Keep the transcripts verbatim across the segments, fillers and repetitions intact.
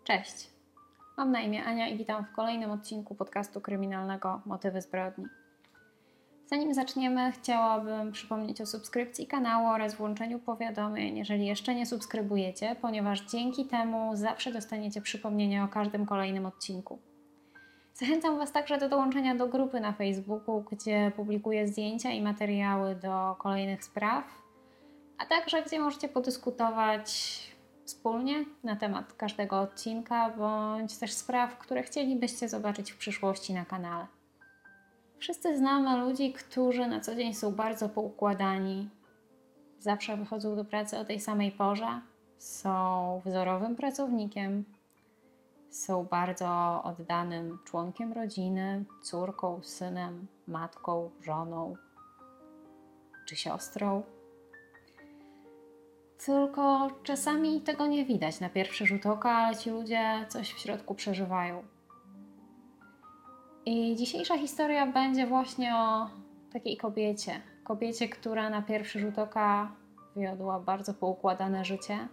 Cześć, mam na imię Ania i witam w kolejnym odcinku podcastu kryminalnego Motywy zbrodni. Zanim zaczniemy, chciałabym przypomnieć o subskrypcji kanału oraz włączeniu powiadomień, jeżeli jeszcze nie subskrybujecie, ponieważ dzięki temu zawsze dostaniecie przypomnienie o każdym kolejnym odcinku. Zachęcam Was także do dołączenia do grupy na Facebooku, gdzie publikuję zdjęcia i materiały do kolejnych spraw, a także gdzie możecie podyskutować wspólnie na temat każdego odcinka, bądź też spraw, które chcielibyście zobaczyć w przyszłości na kanale. Wszyscy znamy ludzi, którzy na co dzień są bardzo poukładani, zawsze wychodzą do pracy o tej samej porze, są wzorowym pracownikiem, są bardzo oddanym członkiem rodziny, córką, synem, matką, żoną czy siostrą. Tylko czasami tego nie widać na pierwszy rzut oka, ale ci ludzie coś w środku przeżywają. I dzisiejsza historia będzie właśnie o takiej kobiecie. Kobiecie, która na pierwszy rzut oka wiodła bardzo poukładane życie.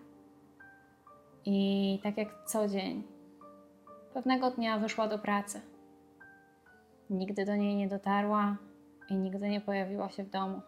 I tak jak co dzień, pewnego dnia wyszła do pracy. Nigdy do niej nie dotarła i nigdy nie pojawiła się w domu.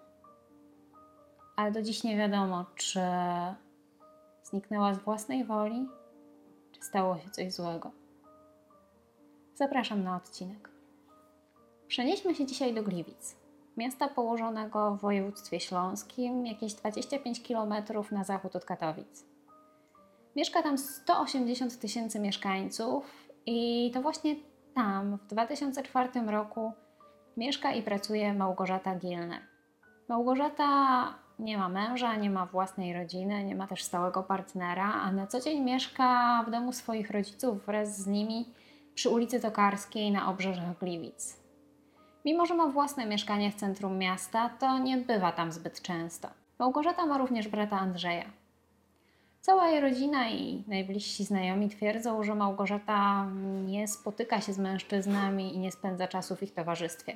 Ale do dziś nie wiadomo, czy zniknęła z własnej woli, czy stało się coś złego. Zapraszam na odcinek. Przenieśmy się dzisiaj do Gliwic, miasta położonego w województwie śląskim, jakieś dwadzieścia pięć kilometrów na zachód od Katowic. Mieszka tam sto osiemdziesiąt tysięcy mieszkańców i to właśnie tam w dwa tysiące czwartym roku mieszka i pracuje Małgorzata Gilner. Małgorzata nie ma męża, nie ma własnej rodziny, nie ma też stałego partnera, a na co dzień mieszka w domu swoich rodziców wraz z nimi przy ulicy Tokarskiej na obrzeżach Gliwic. Mimo że ma własne mieszkanie w centrum miasta, to nie bywa tam zbyt często. Małgorzata ma również brata Andrzeja. Cała jej rodzina i najbliżsi znajomi twierdzą, że Małgorzata nie spotyka się z mężczyznami i nie spędza czasu w ich towarzystwie.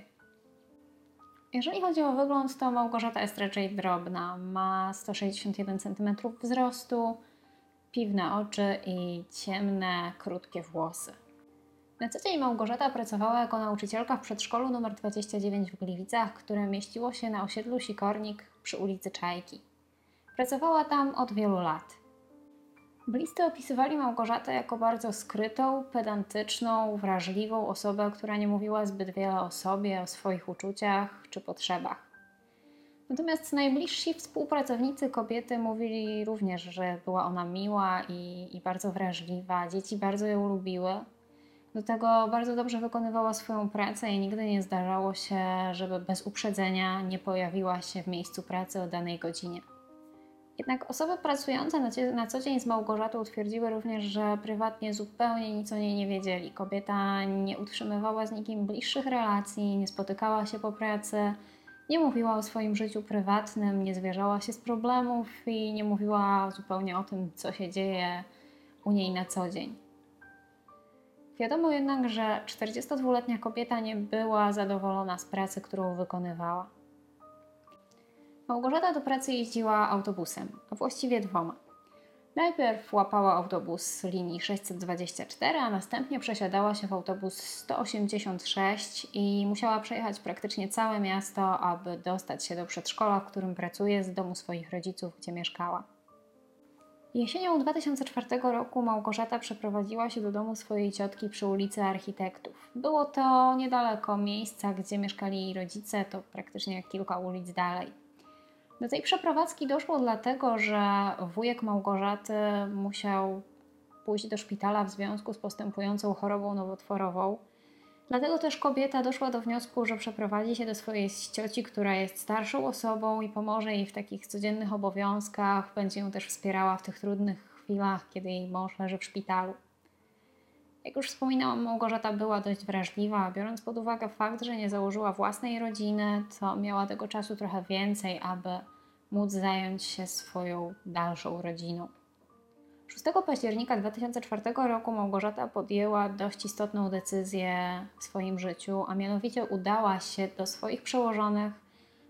Jeżeli chodzi o wygląd, to Małgorzata jest raczej drobna. Ma sto sześćdziesiąt jeden centymetrów wzrostu, piwne oczy i ciemne, krótkie włosy. Na co dzień Małgorzata pracowała jako nauczycielka w przedszkolu numer dwadzieścia dziewięć w Gliwicach, które mieściło się na osiedlu Sikornik przy ulicy Czajki. Pracowała tam od wielu lat. Bliscy opisywali Małgorzatę jako bardzo skrytą, pedantyczną, wrażliwą osobę, która nie mówiła zbyt wiele o sobie, o swoich uczuciach czy potrzebach. Natomiast najbliżsi współpracownicy kobiety mówili również, że była ona miła i, i bardzo wrażliwa, dzieci bardzo ją lubiły. Do tego bardzo dobrze wykonywała swoją pracę i nigdy nie zdarzało się, żeby bez uprzedzenia nie pojawiła się w miejscu pracy o danej godzinie. Jednak osoby pracujące na, cie, na co dzień z Małgorzatą twierdziły również, że prywatnie zupełnie nic o niej nie wiedzieli. Kobieta nie utrzymywała z nikim bliższych relacji, nie spotykała się po pracy, nie mówiła o swoim życiu prywatnym, nie zwierzała się z problemów i nie mówiła zupełnie o tym, co się dzieje u niej na co dzień. Wiadomo jednak, że czterdziestodwuletnia kobieta nie była zadowolona z pracy, którą wykonywała. Małgorzata do pracy jeździła autobusem, a właściwie dwoma. Najpierw łapała autobus linii sześćset dwadzieścia cztery, a następnie przesiadała się w autobus sto osiemdziesiąt sześć i musiała przejechać praktycznie całe miasto, aby dostać się do przedszkola, w którym pracuje, z domu swoich rodziców, gdzie mieszkała. Jesienią dwa tysiące czwartego roku Małgorzata przeprowadziła się do domu swojej ciotki przy ulicy Architektów. Było to niedaleko miejsca, gdzie mieszkali jej rodzice, to praktycznie kilka ulic dalej. Do tej przeprowadzki doszło dlatego, że wujek Małgorzaty musiał pójść do szpitala w związku z postępującą chorobą nowotworową. Dlatego też kobieta doszła do wniosku, że przeprowadzi się do swojej cioci, która jest starszą osobą i pomoże jej w takich codziennych obowiązkach, będzie ją też wspierała w tych trudnych chwilach, kiedy jej mąż leży w szpitalu. Jak już wspominałam, Małgorzata była dość wrażliwa, biorąc pod uwagę fakt, że nie założyła własnej rodziny, to miała tego czasu trochę więcej, aby móc zająć się swoją dalszą rodziną. szóstego października dwa tysiące czwartego roku Małgorzata podjęła dość istotną decyzję w swoim życiu, a mianowicie udała się do swoich przełożonych,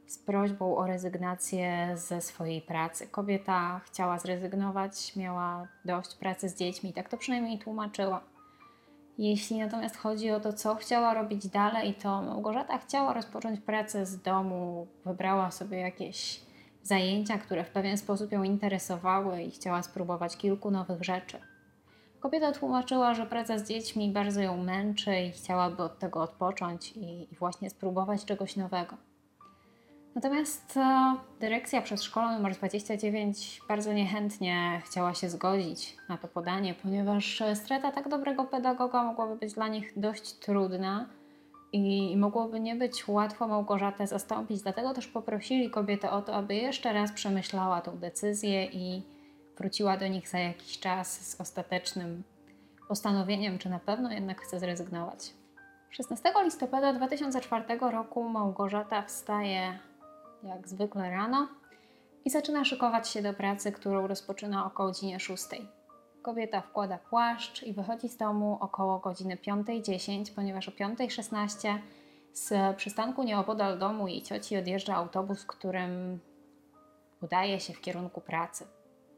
z prośbą o rezygnację ze swojej pracy. Kobieta chciała zrezygnować, miała dość pracy z dziećmi, tak to przynajmniej tłumaczyła. Jeśli natomiast chodzi o to, co chciała robić dalej, to Małgorzata chciała rozpocząć pracę z domu, wybrała sobie jakieś zajęcia, które w pewien sposób ją interesowały i chciała spróbować kilku nowych rzeczy. Kobieta tłumaczyła, że praca z dziećmi bardzo ją męczy i chciałaby od tego odpocząć i, i właśnie spróbować czegoś nowego. Natomiast e, dyrekcja przedszkola numer dwadzieścia dziewięć bardzo niechętnie chciała się zgodzić na to podanie, ponieważ strata tak dobrego pedagoga mogłaby być dla nich dość trudna i mogłoby nie być łatwo Małgorzatę zastąpić. Dlatego też poprosili kobietę o to, aby jeszcze raz przemyślała tę decyzję i wróciła do nich za jakiś czas z ostatecznym postanowieniem, czy na pewno jednak chce zrezygnować. szesnastego listopada dwa tysiące czwartego roku Małgorzata wstaje jak zwykle rano i zaczyna szykować się do pracy, którą rozpoczyna około godzinie szóstej. Kobieta wkłada płaszcz i wychodzi z domu około godziny piątej dziesięć, ponieważ o piątej szesnaście z przystanku nieopodal domu jej cioci odjeżdża autobus, którym udaje się w kierunku pracy.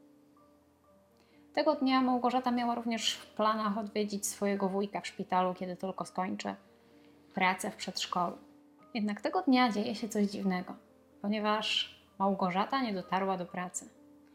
Tego dnia Małgorzata miała również w planach odwiedzić swojego wujka w szpitalu, kiedy tylko skończy pracę w przedszkolu. Jednak tego dnia dzieje się coś dziwnego, ponieważ Małgorzata nie dotarła do pracy.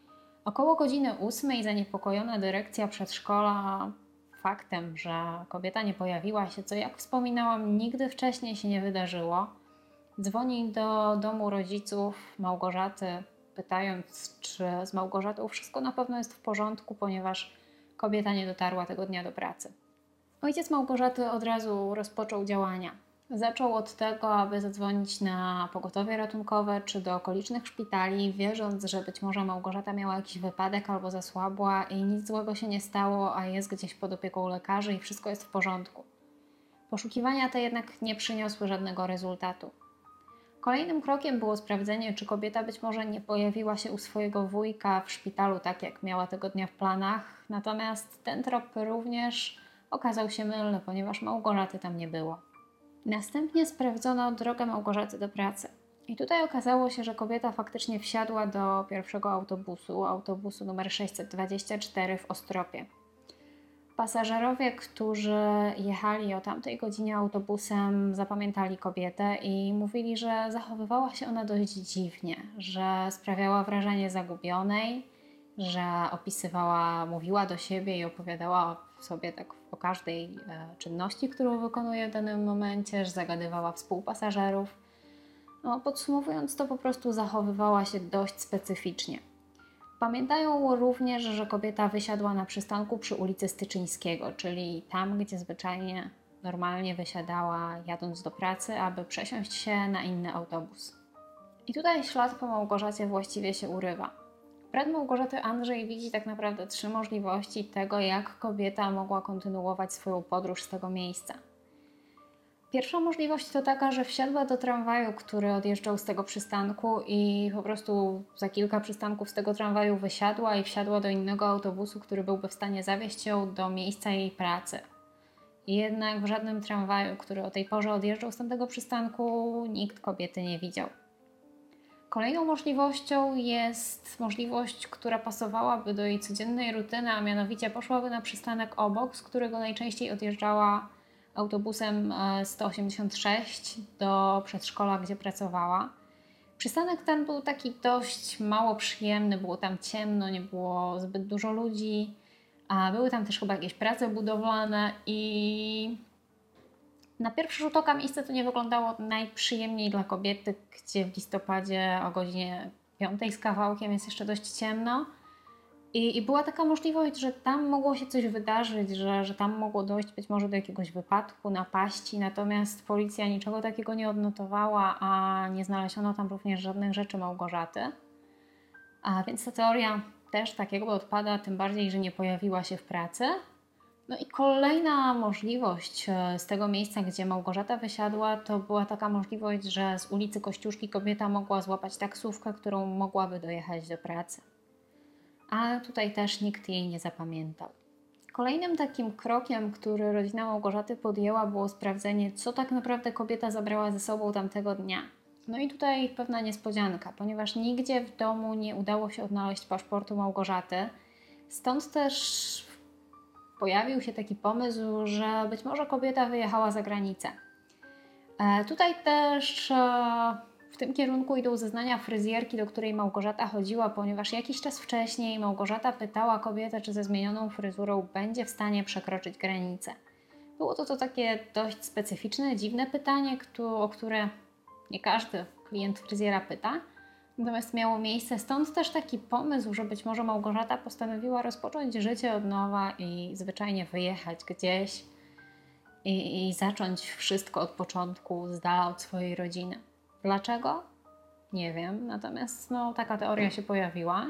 Około godziny ósmej zaniepokojona dyrekcja przedszkola faktem, że kobieta nie pojawiła się, co jak wspominałam nigdy wcześniej się nie wydarzyło, dzwoni do domu rodziców Małgorzaty, pytając, czy z Małgorzatą wszystko na pewno jest w porządku, ponieważ kobieta nie dotarła tego dnia do pracy. Ojciec Małgorzaty od razu rozpoczął działania. Zaczął od tego, aby zadzwonić na pogotowie ratunkowe czy do okolicznych szpitali, wierząc, że być może Małgorzata miała jakiś wypadek albo zasłabła i nic złego się nie stało, a jest gdzieś pod opieką lekarzy i wszystko jest w porządku. Poszukiwania te jednak nie przyniosły żadnego rezultatu. Kolejnym krokiem było sprawdzenie, czy kobieta być może nie pojawiła się u swojego wujka w szpitalu, tak jak miała tego dnia w planach, natomiast ten trop również okazał się mylny, ponieważ Małgorzaty tam nie było. Następnie sprawdzono drogę Małgorzaty do pracy. I tutaj okazało się, że kobieta faktycznie wsiadła do pierwszego autobusu, autobusu numer sześćset dwadzieścia cztery w Ostropie. Pasażerowie, którzy jechali o tamtej godzinie autobusem, zapamiętali kobietę i mówili, że zachowywała się ona dość dziwnie, że sprawiała wrażenie zagubionej, że opisywała, mówiła do siebie i opowiadała sobie tak o każdej e, czynności, którą wykonuje w danym momencie, że zagadywała współpasażerów. No, podsumowując, to po prostu zachowywała się dość specyficznie. Pamiętają również, że kobieta wysiadła na przystanku przy ulicy Styczyńskiego, czyli tam, gdzie zwyczajnie, normalnie wysiadała jadąc do pracy, aby przesiąść się na inny autobus. I tutaj ślad po Małgorzacie właściwie się urywa. Brat Małgorzaty, Andrzej, widzi tak naprawdę trzy możliwości tego, jak kobieta mogła kontynuować swoją podróż z tego miejsca. Pierwsza możliwość to taka, że wsiadła do tramwaju, który odjeżdżał z tego przystanku i po prostu za kilka przystanków z tego tramwaju wysiadła i wsiadła do innego autobusu, który byłby w stanie zawieźć ją do miejsca jej pracy. Jednak w żadnym tramwaju, który o tej porze odjeżdżał z tamtego przystanku, nikt kobiety nie widział. Kolejną możliwością jest możliwość, która pasowałaby do jej codziennej rutyny, a mianowicie poszłaby na przystanek obok, z którego najczęściej odjeżdżała autobusem sto osiemdziesiąt sześć do przedszkola, gdzie pracowała. Przystanek ten był taki dość mało przyjemny, było tam ciemno, nie było zbyt dużo ludzi, a były tam też chyba jakieś prace budowlane i na pierwszy rzut oka miejsce to nie wyglądało najprzyjemniej dla kobiety, gdzie w listopadzie o godzinie piątej z kawałkiem jest jeszcze dość ciemno. I, I była taka możliwość, że tam mogło się coś wydarzyć, że, że tam mogło dojść być może do jakiegoś wypadku, napaści, natomiast policja niczego takiego nie odnotowała, a nie znaleziono tam również żadnych rzeczy Małgorzaty. A więc ta teoria też tak jakby odpada, tym bardziej, że nie pojawiła się w pracy. No i kolejna możliwość z tego miejsca, gdzie Małgorzata wysiadła, to była taka możliwość, że z ulicy Kościuszki kobieta mogła złapać taksówkę, którą mogłaby dojechać do pracy. Ale tutaj też nikt jej nie zapamiętał. Kolejnym takim krokiem, który rodzina Małgorzaty podjęła, było sprawdzenie, co tak naprawdę kobieta zabrała ze sobą tamtego dnia. No i tutaj pewna niespodzianka, ponieważ nigdzie w domu nie udało się odnaleźć paszportu Małgorzaty. Stąd też pojawił się taki pomysł, że być może kobieta wyjechała za granicę. E, tutaj też e, w tym kierunku idą zeznania fryzjerki, do której Małgorzata chodziła, ponieważ jakiś czas wcześniej Małgorzata pytała kobietę, czy ze zmienioną fryzurą będzie w stanie przekroczyć granicę. Było to, to takie dość specyficzne, dziwne pytanie, o które nie każdy klient fryzjera pyta. Natomiast miało miejsce, stąd też taki pomysł, że być może Małgorzata postanowiła rozpocząć życie od nowa i zwyczajnie wyjechać gdzieś i, i zacząć wszystko od początku, z dala od swojej rodziny. Dlaczego? Nie wiem, natomiast no, taka teoria się pojawiła.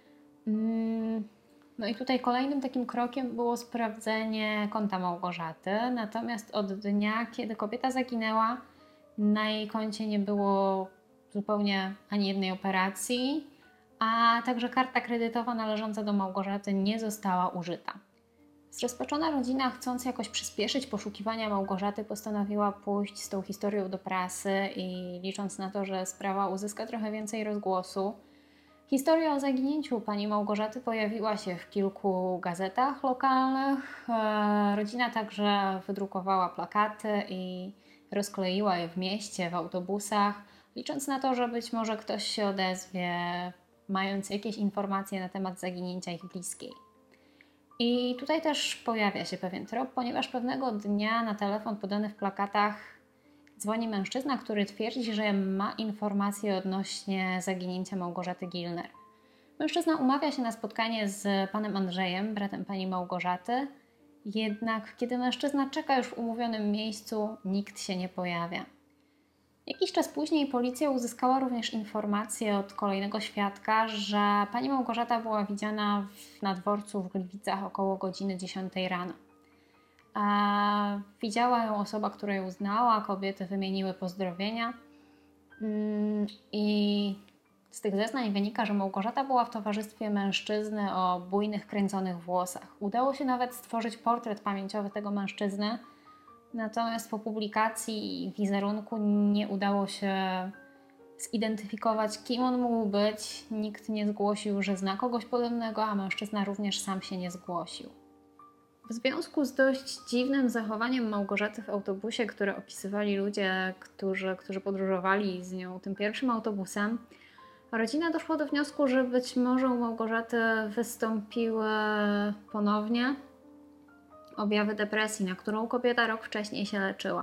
No i tutaj kolejnym takim krokiem było sprawdzenie konta Małgorzaty, natomiast od dnia, kiedy kobieta zaginęła, na jej koncie nie było zupełnie ani jednej operacji, a także karta kredytowa należąca do Małgorzaty nie została użyta. Zrozpaczona rodzina, chcąc jakoś przyspieszyć poszukiwania Małgorzaty, postanowiła pójść z tą historią do prasy i licząc na to, że sprawa uzyska trochę więcej rozgłosu, historia o zaginięciu pani Małgorzaty pojawiła się w kilku gazetach lokalnych. Rodzina także wydrukowała plakaty i rozkleiła je w mieście, w autobusach, licząc na to, że być może ktoś się odezwie, mając jakieś informacje na temat zaginięcia ich bliskiej. I tutaj też pojawia się pewien trop, ponieważ pewnego dnia na telefon podany w plakatach dzwoni mężczyzna, który twierdzi, że ma informacje odnośnie zaginięcia Małgorzaty Gilner. Mężczyzna umawia się na spotkanie z panem Andrzejem, bratem pani Małgorzaty, jednak kiedy mężczyzna czeka już w umówionym miejscu, nikt się nie pojawia. Jakiś czas później policja uzyskała również informację od kolejnego świadka, że pani Małgorzata była widziana w, na dworcu w Gliwicach około godziny dziesiątej rano. A widziała ją osoba, która ją znała, kobiety wymieniły pozdrowienia i z tych zeznań wynika, że Małgorzata była w towarzystwie mężczyzny o bujnych, kręconych włosach. Udało się nawet stworzyć portret pamięciowy tego mężczyzny, natomiast po publikacji wizerunku nie udało się zidentyfikować, kim on mógł być. Nikt nie zgłosił, że zna kogoś podobnego, a mężczyzna również sam się nie zgłosił. W związku z dość dziwnym zachowaniem Małgorzaty w autobusie, które opisywali ludzie, którzy, którzy podróżowali z nią tym pierwszym autobusem, rodzina doszła do wniosku, że być może u Małgorzaty wystąpiły ponownie objawy depresji, na którą kobieta rok wcześniej się leczyła.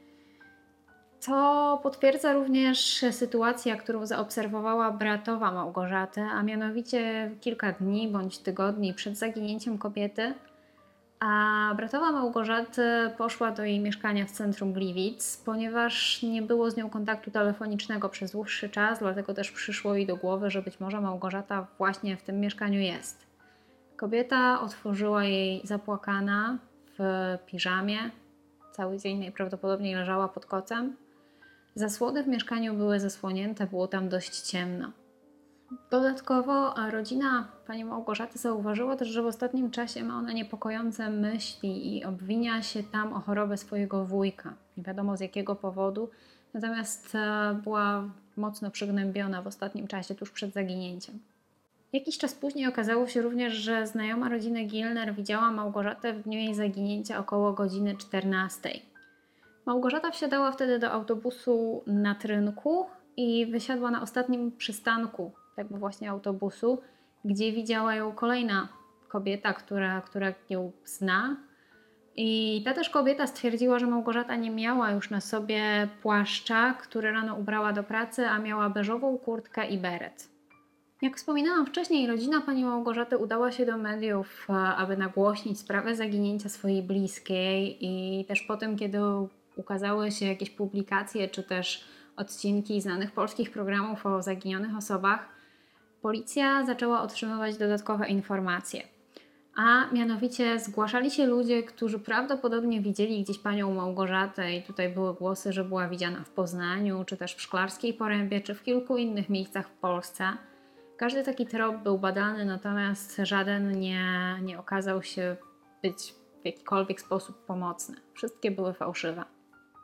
To potwierdza również sytuacja, którą zaobserwowała bratowa Małgorzaty, a mianowicie kilka dni bądź tygodni przed zaginięciem kobiety, a bratowa Małgorzaty poszła do jej mieszkania w centrum Gliwic, ponieważ nie było z nią kontaktu telefonicznego przez dłuższy czas, dlatego też przyszło jej do głowy, że być może Małgorzata właśnie w tym mieszkaniu jest. Kobieta otworzyła jej zapłakana w piżamie, cały dzień najprawdopodobniej leżała pod kocem. Zasłony w mieszkaniu były zasłonięte, było tam dość ciemno. Dodatkowo rodzina pani Małgorzaty zauważyła też, że w ostatnim czasie ma ona niepokojące myśli i obwinia się tam o chorobę swojego wujka. Nie wiadomo z jakiego powodu, natomiast była mocno przygnębiona w ostatnim czasie, tuż przed zaginięciem. Jakiś czas później okazało się również, że znajoma rodziny Gilner widziała Małgorzatę w dniu jej zaginięcia około godziny czternastej. Małgorzata wsiadała wtedy do autobusu na Trynku i wysiadła na ostatnim przystanku tego właśnie autobusu, gdzie widziała ją kolejna kobieta, która, która ją zna. I ta też kobieta stwierdziła, że Małgorzata nie miała już na sobie płaszcza, który rano ubrała do pracy, a miała beżową kurtkę i beret. Jak wspominałam wcześniej, rodzina pani Małgorzaty udała się do mediów, aby nagłośnić sprawę zaginięcia swojej bliskiej i też po tym, kiedy ukazały się jakieś publikacje czy też odcinki znanych polskich programów o zaginionych osobach, policja zaczęła otrzymywać dodatkowe informacje. A mianowicie zgłaszali się ludzie, którzy prawdopodobnie widzieli gdzieś panią Małgorzatę i tutaj były głosy, że była widziana w Poznaniu, czy też w Szklarskiej Porębie, czy w kilku innych miejscach w Polsce. Każdy taki trop był badany, natomiast żaden nie, nie okazał się być w jakikolwiek sposób pomocny. Wszystkie były fałszywe.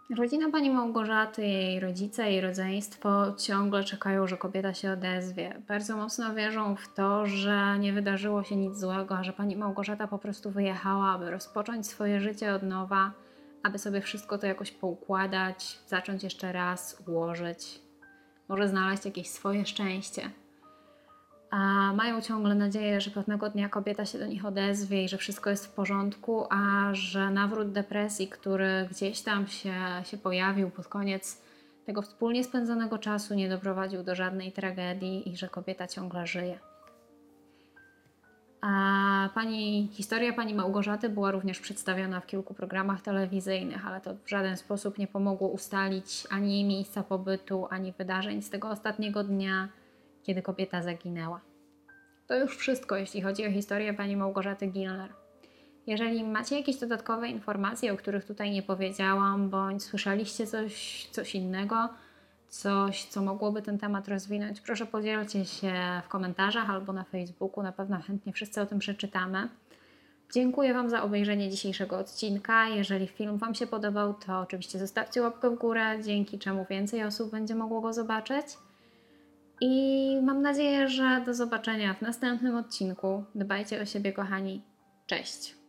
Rodzina pani Małgorzaty, jej rodzice, jej rodzeństwo ciągle czekają, że kobieta się odezwie. Bardzo mocno wierzą w to, że nie wydarzyło się nic złego, a że pani Małgorzata po prostu wyjechała, aby rozpocząć swoje życie od nowa, aby sobie wszystko to jakoś poukładać, zacząć jeszcze raz, ułożyć, może znaleźć jakieś swoje szczęście. A mają ciągle nadzieję, że pewnego dnia kobieta się do nich odezwie i że wszystko jest w porządku, a że nawrót depresji, który gdzieś tam się, się pojawił pod koniec tego wspólnie spędzonego czasu, nie doprowadził do żadnej tragedii i że kobieta ciągle żyje. A pani, historia pani Małgorzaty była również przedstawiona w kilku programach telewizyjnych, ale to w żaden sposób nie pomogło ustalić ani jej miejsca pobytu, ani wydarzeń z tego ostatniego dnia, kiedy kobieta zaginęła. To już wszystko, jeśli chodzi o historię pani Małgorzaty Gilner. Jeżeli macie jakieś dodatkowe informacje, o których tutaj nie powiedziałam, bądź słyszeliście coś, coś innego, coś, co mogłoby ten temat rozwinąć, proszę podzielcie się w komentarzach albo na Facebooku. Na pewno chętnie wszyscy o tym przeczytamy. Dziękuję Wam za obejrzenie dzisiejszego odcinka. Jeżeli film Wam się podobał, to oczywiście zostawcie łapkę w górę, dzięki czemu więcej osób będzie mogło go zobaczyć. I mam nadzieję, że do zobaczenia w następnym odcinku. Dbajcie o siebie, kochani. Cześć!